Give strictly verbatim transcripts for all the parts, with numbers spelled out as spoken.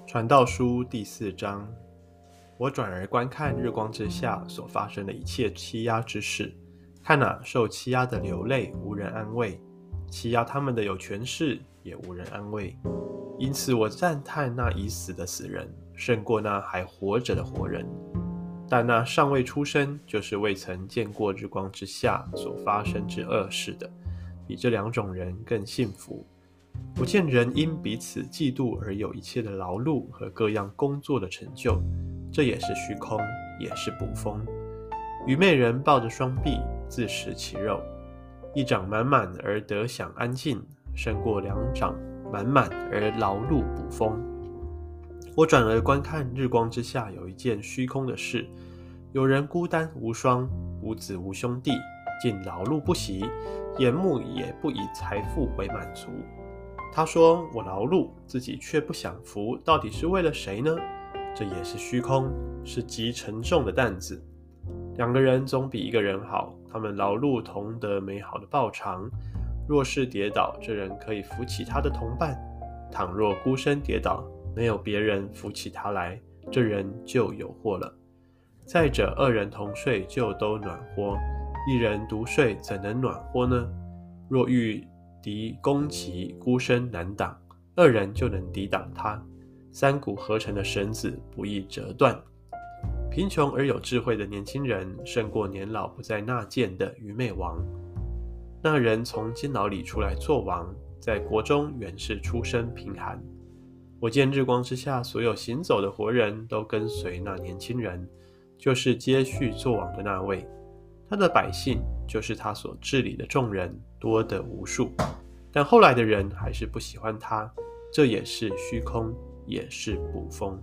传道书第四章，我转而观看日光之下所发生的一切欺压之事，看哪，受欺压的流泪，无人安慰；欺压他们的有权势，也无人安慰。因此我赞叹那已死的死人，胜过那还活着的活人。但那尚未出生，就是未曾见过日光之下所发生之恶事的，比这两种人更幸福。不见人因彼此嫉妒而有一切的劳碌和各样工作的成就，这也是虚空，也是捕风。愚昧人抱着双臂，自食其肉。一掌满满而得享安静，胜过两掌满满而劳碌捕风。我转而观看日光之下有一件虚空的事，有人孤单无双，无子无兄弟，竟劳碌不息，眼目也不以财富为满足。他说，我劳碌，自己却不享福，到底是为了谁呢？这也是虚空，是极沉重的担子。两个人总比一个人好，他们劳碌同得美好的报偿。若是跌倒，这人可以扶起他的同伴；倘若孤身跌倒，没有别人扶起他来，这人就有祸了。再者，二人同睡，就都暖和；一人独睡，怎能暖和呢？若遇敌攻击，孤身难挡，二人就能抵挡他。三股合成的绳子不易折断。贫穷而有智慧的年轻人，胜过年老不再纳谏的愚昧王。那人从监牢里出来做王，在国中原是出身贫寒。我见日光之下所有行走的活人都跟随那年轻人，就是接续做王的那位。他的百姓就是他所治理的众人，多得无数。但后来的人还是不喜欢他，这也是虚空，也是捕风。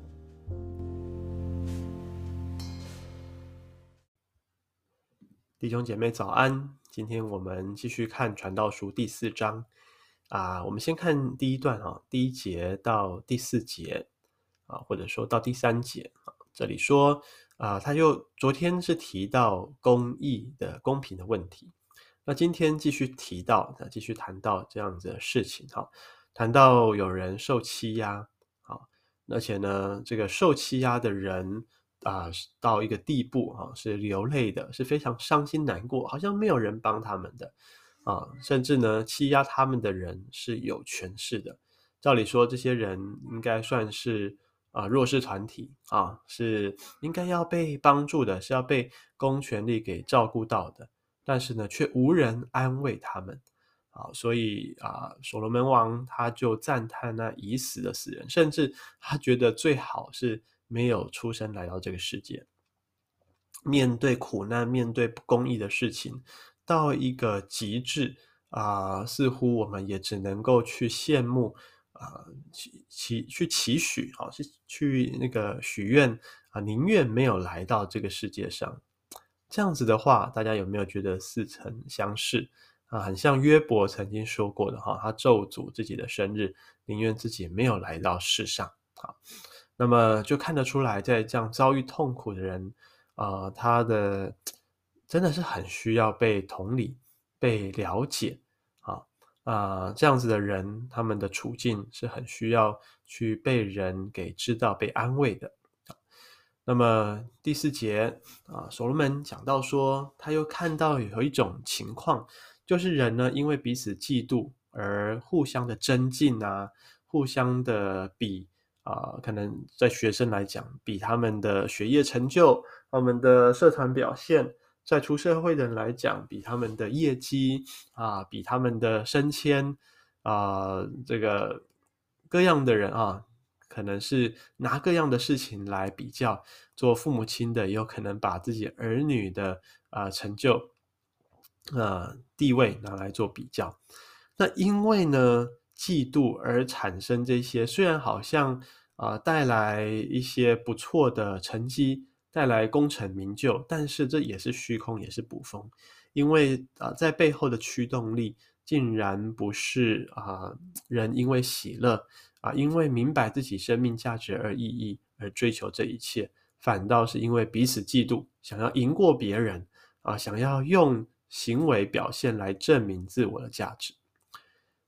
弟兄姐妹早安，今天我们继续看传道书第四章啊，我们先看第一段啊，第一节到第四节啊，或者说到第三节啊。这里说啊，他又昨天是提到公义的公平的问题，那今天继续提到，继续谈到这样子的事情哈，谈到有人受欺压啊，而且呢，这个受欺压的人啊，到一个地步啊，是流泪的，是非常伤心难过，好像没有人帮他们的啊，甚至呢，欺压他们的人是有权势的。照理说，这些人应该算是啊弱势团体啊，是应该要被帮助的，是要被公权力给照顾到的。但是呢，却无人安慰他们啊，所以啊，所罗门王他就赞叹那已死的死人，甚至他觉得最好是没有出生来到这个世界。面对苦难，面对不公义的事情，到一个极致啊、呃，似乎我们也只能够去羡慕啊，去期去期许啊，去去那个许愿啊，宁愿没有来到这个世界上。这样子的话，大家有没有觉得似曾相识啊？很像约伯曾经说过的哈，他咒诅自己的生日，宁愿自己没有来到世上。好，那么就看得出来，在这样遭遇痛苦的人，啊、呃，他的真的是很需要被同理、被了解啊啊、呃，这样子的人，他们的处境是很需要去被人给知道、被安慰的。那么第四节啊，所罗门讲到说，他又看到有一种情况，就是人呢，因为彼此嫉妒而互相的争竞啊，互相的比啊、呃，可能在学生来讲，比他们的学业成就、他们的社团表现；在出社会的人来讲，比他们的业绩啊，比他们的升迁啊，这个各样的人啊。可能是拿各样的事情来比较，做父母亲的也有可能把自己儿女的啊、呃、成就、呃地位拿来做比较。那因为呢嫉妒而产生这些，虽然好像啊、呃、带来一些不错的成绩，带来功成名就，但是这也是虚空，也是捕风，因为啊、呃、在背后的驱动力竟然不是啊、呃、人因为喜乐。啊，因为明白自己生命价值而意义而追求这一切，反倒是因为彼此嫉妒，想要赢过别人啊，想要用行为表现来证明自我的价值。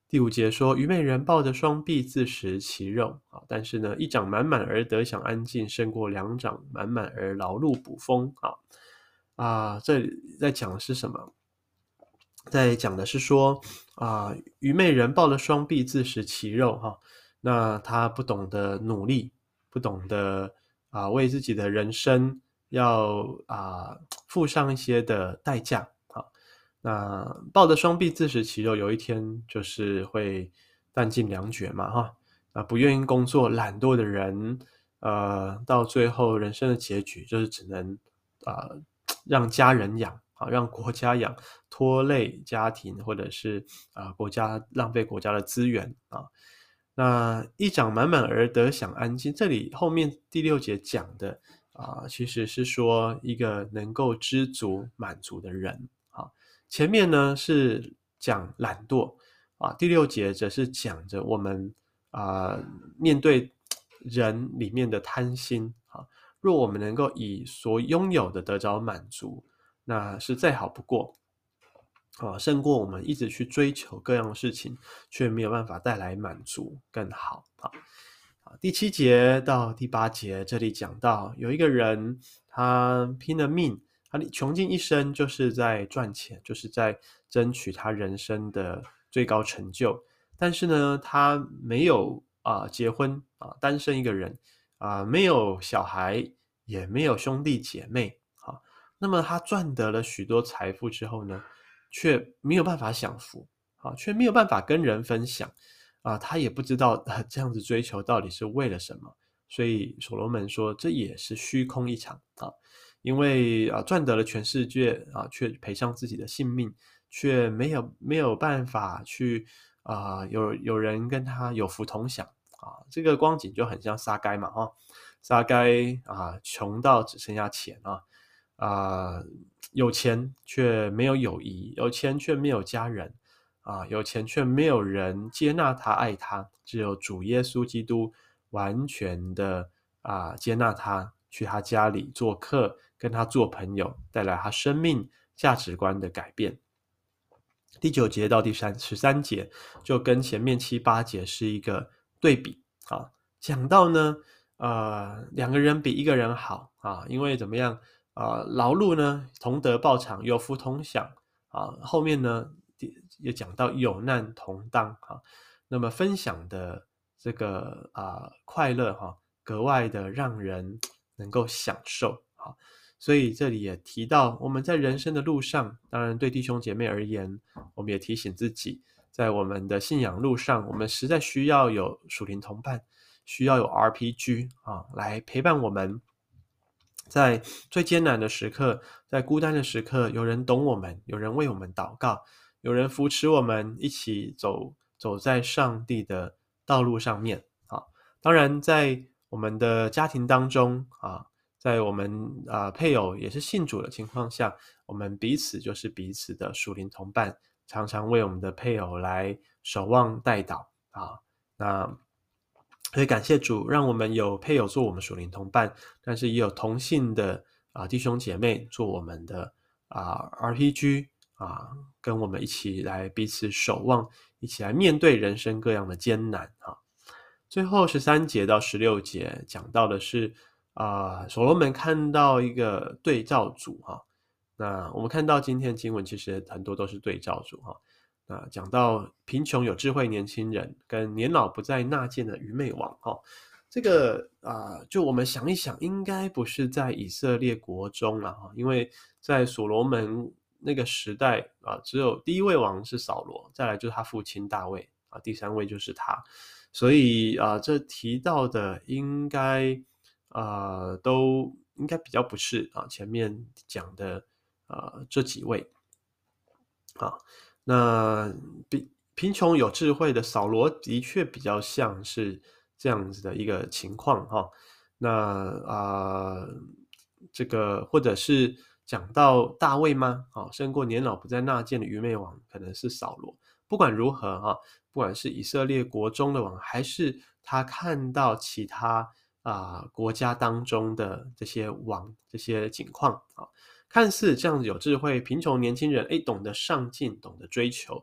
第五节说，愚昧人抱着双臂自食其肉啊，但是呢，一掌满满而得享安静，胜过两掌满满而劳碌捕风啊啊！这里在讲的是什么？在讲的是说啊，愚昧人抱着双臂自食其肉哈，那他不懂得努力，不懂得啊为自己的人生要啊付上一些的代价啊。那抱着双臂自食其肉，有一天就是会弹尽粮绝嘛哈。啊，不愿意工作、懒惰的人，呃，到最后人生的结局就是只能啊、让家人养啊，让国家养，拖累家庭或者是啊、国家浪费国家的资源啊。那一掌满满而得享安静，这里后面第六节讲的啊、其实是说一个能够知足满足的人啊。前面呢是讲懒惰啊，第六节则是讲着我们啊、面对人里面的贪心啊。若我们能够以所拥有的得着满足，那是再好不过啊，胜过我们一直去追求各样的事情，却没有办法带来满足更好啊。啊，第七节到第八节这里讲到，有一个人他拼了命，他穷尽一生就是在赚钱，就是在争取他人生的最高成就。但是呢，他没有啊、呃结婚啊，单身一个人啊、呃没有小孩，也没有兄弟姐妹啊。那么他赚得了许多财富之后呢，却没有办法享福啊，却没有办法跟人分享。啊，他也不知道、呃、这样子追求到底是为了什么，所以所罗门说这也是虚空一场啊，因为啊赚得了全世界啊，却赔上自己的性命，却没有没有办法去啊有有人跟他有福同享啊，这个光景就很像撒该嘛哈，撒该啊穷到只剩下钱啊啊有钱却没有友谊，有钱却没有家人。啊，有钱却没有人接纳他、爱他，只有主耶稣基督完全的啊接纳他，去他家里做客，跟他做朋友，带来他生命价值观的改变。第九节到第三十三节，就跟前面七八节是一个对比啊，讲到呢，呃，两个人比一个人好啊，因为怎么样啊，劳碌呢同得报偿，有福同享啊，后面呢。也讲到有难同当哈，那么分享的这个啊、呃、快乐哈，格外的让人能够享受哈。所以这里也提到，我们在人生的路上，当然对弟兄姐妹而言，我们也提醒自己，在我们的信仰路上，我们实在需要有属灵同伴，需要有 R P G 啊，来陪伴我们。在最艰难的时刻，在孤单的时刻，有人懂我们，有人为我们祷告。有人扶持我们一起走走在上帝的道路上面啊。当然，在我们的家庭当中啊，在我们啊配偶也是信主的情况下，我们彼此就是彼此的属灵同伴，常常为我们的配偶来守望代祷啊。那所以感谢主，让我们有配偶做我们属灵同伴，但是也有同性的啊弟兄姐妹做我们的啊 R P G。啊，跟我们一起来彼此守望，一起来面对人生各样的艰难啊。最后十三节到十六节讲到的是啊、呃，所罗门看到一个对照组哈、啊。那我们看到今天经文其实很多都是对照组哈、啊。那讲到贫穷有智慧年轻人跟年老不再纳谏的愚昧王哈、啊。这个啊、呃，就我们想一想，应该不是在以色列国中了哈，因为在所罗门那个时代啊，只有第一位王是扫罗，再来就是他父亲大卫啊，第三位就是他，所以啊，这提到的应该啊都应该比较不是啊前面讲的啊这几位啊，那贫贫穷有智慧的扫罗的确比较像是这样子的一个情况哈，那啊这个或者是。讲到大卫吗？啊，胜过年老不再纳谏的愚昧王，可能是扫罗。不管如何哈，不管是以色列国中的王，还是他看到其他啊、呃、国家当中的这些王这些景况啊，看似这样子有智慧、贫穷年轻人，哎，懂得上进，懂得追求，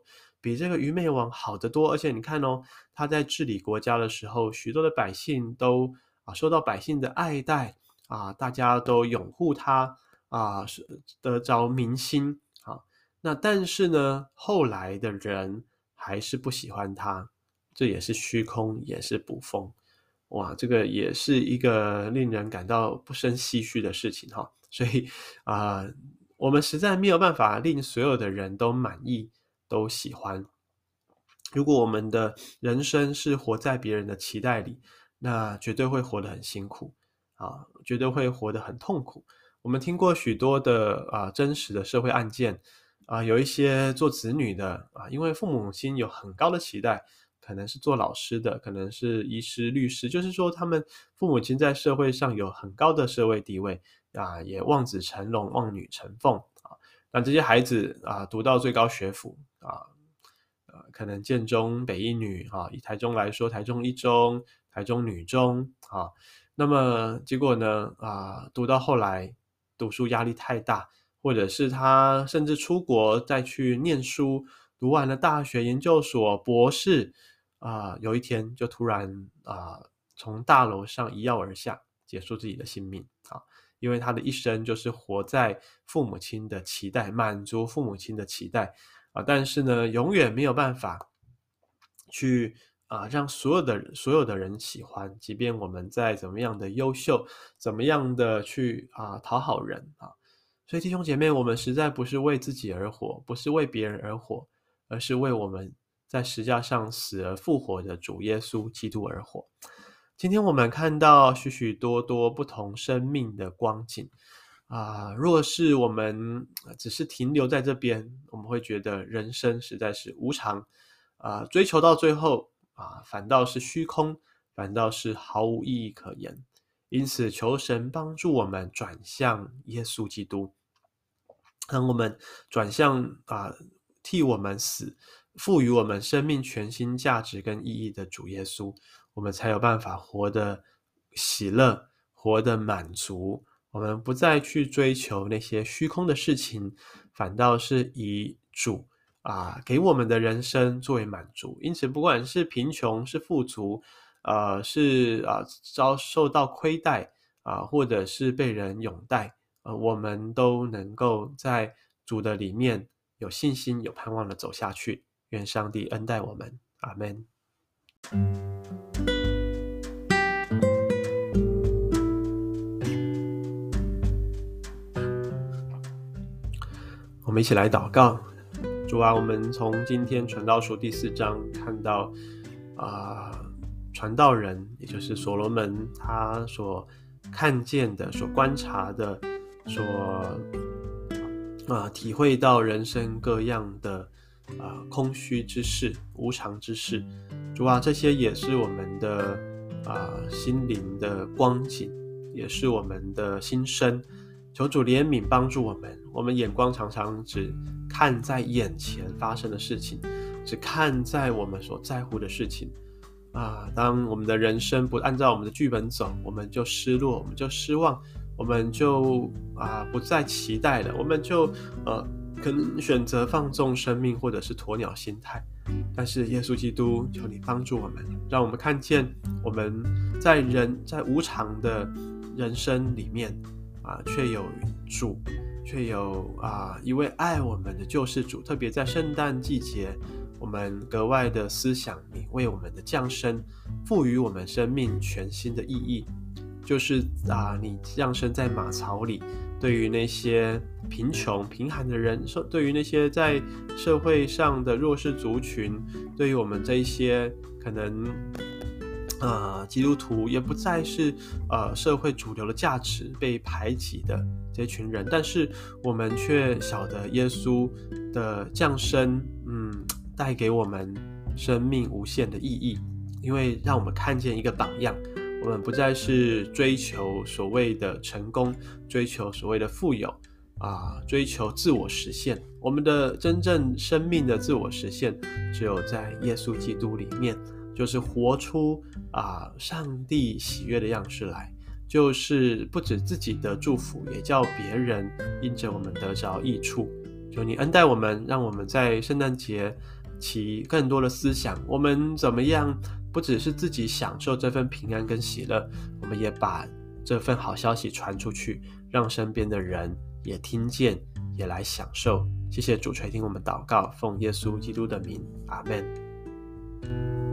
比这个愚昧王好得多。而且你看哦，他在治理国家的时候，许多的百姓都啊受到百姓的爱戴啊，大家都拥护他啊，得着民心啊。那但是呢，后来的人还是不喜欢他，这也是虚空，也是捕风。哇，这个也是一个令人感到不胜唏嘘的事情哈。所以啊、呃，我们实在没有办法令所有的人都满意、都喜欢。如果我们的人生是活在别人的期待里，那绝对会活得很辛苦啊，绝对会活得很痛苦。我们听过许多的啊真实的社会案件啊，有一些做子女的啊，因为父母亲有很高的期待，可能是做老师的，可能是医师、律师，就是说他们父母亲在社会上有很高的社会地位啊，也望子成龙、望女成凤啊。那这些孩子啊，读到最高学府啊。呃，可能建中、北一女啊，以台中来说，台中一中、台中女中啊，那么结果呢啊，读到后来读书压力太大，或者是他甚至出国再去念书，读完了大学、研究所、博士啊，有一天就突然啊从大楼上一跃而下，结束自己的性命啊，因为他的一生就是活在父母亲的期待，满足父母亲的期待。啊，但是呢，永远没有办法去啊让所有的所有的人喜欢，即便我们再怎么样的优秀，怎么样的去啊讨好人啊。所以弟兄姐妹，我们实在不是为自己而活，不是为别人而活，而是为我们在十字架上死而复活的主耶稣基督而活。今天我们看到许许多多不同生命的光景。啊，若是我们只是停留在这边，我们会觉得人生实在是无常，啊，追求到最后啊，反倒是虚空，反倒是毫无意义可言。因此，求神帮助我们转向耶稣基督，让我们转向啊，替我们死，赋予我们生命全新价值跟意义的主耶稣，我们才有办法活得喜乐，活得满足。我们不再去追求那些虚空的事情，反倒是以主啊给我们的人生作为满足。因此，不管是贫穷是富足，呃，是啊遭受到亏待啊，或者是被人拥戴，呃，我们都能够在主的里面有信心、有盼望的走下去。愿上帝恩待我们，阿们。我们一起来祷告。主啊，我们从今天传道书第四章看到啊、呃，传道人也就是所罗门他所看见的、所观察的、所啊、呃、体会到人生各样的啊、呃、空虚之事、无常之事。主啊，这些也是我们的啊、呃、心灵的光景，也是我们的心声。求主怜悯帮助我们，我们眼光常常只看在眼前发生的事情，只看在我们所在乎的事情啊。当我们的人生不按照我们的剧本走，我们就失落，我们就失望，我们就啊不再期待了，我们就呃可能选择放纵生命，或者是鸵鸟心态。但是耶稣基督，求你帮助我们，让我们看见我们在人在无常的人生里面。啊，却有主，却有啊一位爱我们的救世主。特别在圣诞季节，我们格外的思想你为我们的降生，赋予我们生命全新的意义。就是啊，你降生在马槽里，对于那些贫穷贫寒的人，对于那些在社会上的弱势族群，对于我们这一些可能。呃，基督徒也不再是呃社会主流的价值被排挤的这群人，但是我们却晓得耶稣的降生，嗯，带给我们生命无限的意义，因为让我们看见一个榜样，我们不再是追求所谓的成功，追求所谓的富有啊、呃，追求自我实现，我们的真正生命的自我实现，只有在耶稣基督里面。就是活出啊、呃、上帝喜悦的样式来，就是不止自己的祝福，也叫别人因着我们得着益处。求你恩待我们，让我们在圣诞节起更多的思想，我们怎么样不只是自己享受这份平安跟喜乐，我们也把这份好消息传出去，让身边的人也听见，也来享受。谢谢主垂听我们祷告，奉耶稣基督的名，阿们。